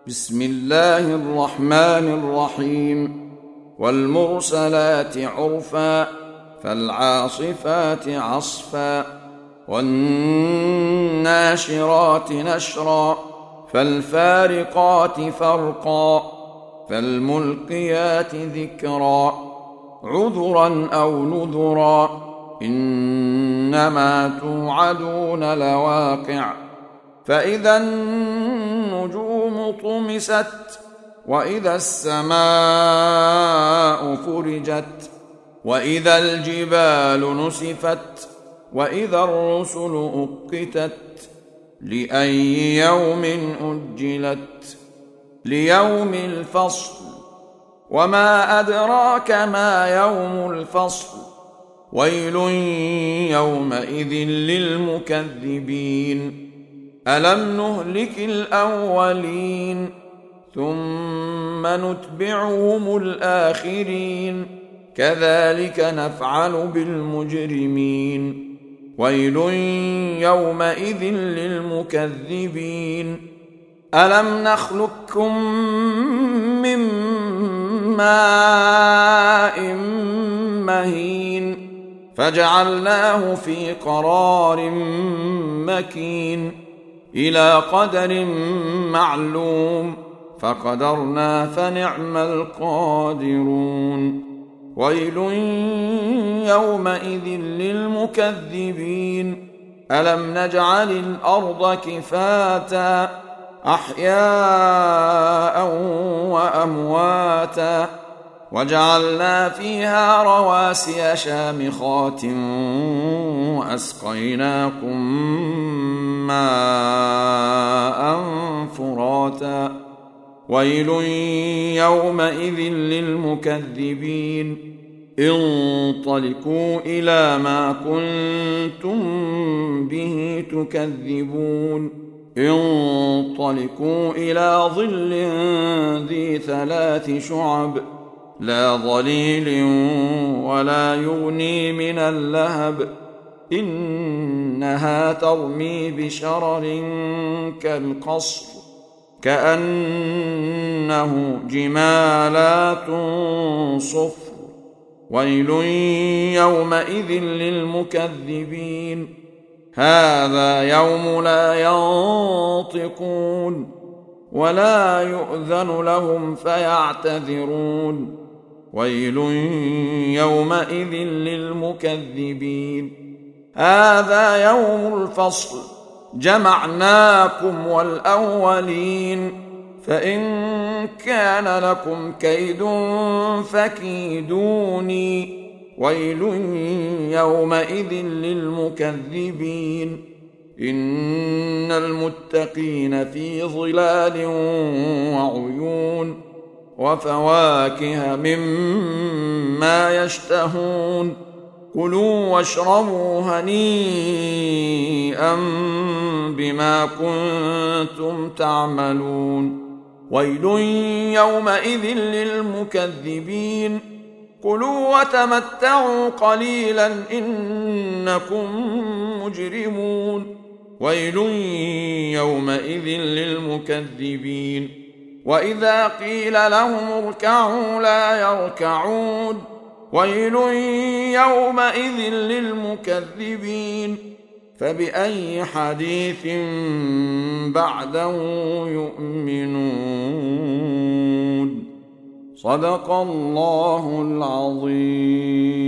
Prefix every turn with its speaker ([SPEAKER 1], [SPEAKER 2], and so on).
[SPEAKER 1] بسم الله الرحمن الرحيم والمرسلات عرفا فالعاصفات عصفا والناشرات نشرا فالفارقات فرقا فالملقيات ذكرا عذرا أو نذرا إنما توعدون لواقع فإذا النجوم طمست وإذا السماء فرجت وإذا الجبال نسفت وإذا الرسل أقتت لأي يوم أجلت ليوم الفصل وما أدراك ما يوم الفصل ويل يومئذ للمكذبين ألم نهلك الأولين ثم نتبعهم الآخرين كذلك نفعل بالمجرمين ويل يومئذ للمكذبين ألم نخلقكم من ماء مهين فجعلناه في قرار مكين إلى قدر معلوم فقدرنا فنعم القادرون ويل يومئذ للمكذبين ألم نجعل الأرض كفاتا أحياء وأمواتا وجعلنا فيها رواسي شامخات وأسقيناكم ماء فراتا ويل يومئذ للمكذبين انطلقوا إلى ما كنتم به تكذبون انطلقوا إلى ظل ذي 3 شعب لا ظليل ولا يغني من اللهب إنها ترمي بشرر كالقصر كأنه جمالات صفر ويل يومئذ للمكذبين هذا يوم لا ينطقون ولا يؤذن لهم فيعتذرون ويل يومئذ للمكذبين هذا يوم الفصل جمعناكم والأولين فإن كان لكم كيد فكيدوني ويل يومئذ للمكذبين إن المتقين في ظلال وعيون وفواكه مما يشتهون كلوا واشربوا هنيئا بما كنتم تعملون ويل يومئذ للمكذبين كلوا وتمتعوا قليلا إنكم مجرمون ويل يومئذ للمكذبين وإذا قيل لهم اركعوا لا يركعون ويل يومئذ للمكذبين فبأي حديث بعده يؤمنون صدق الله العظيم.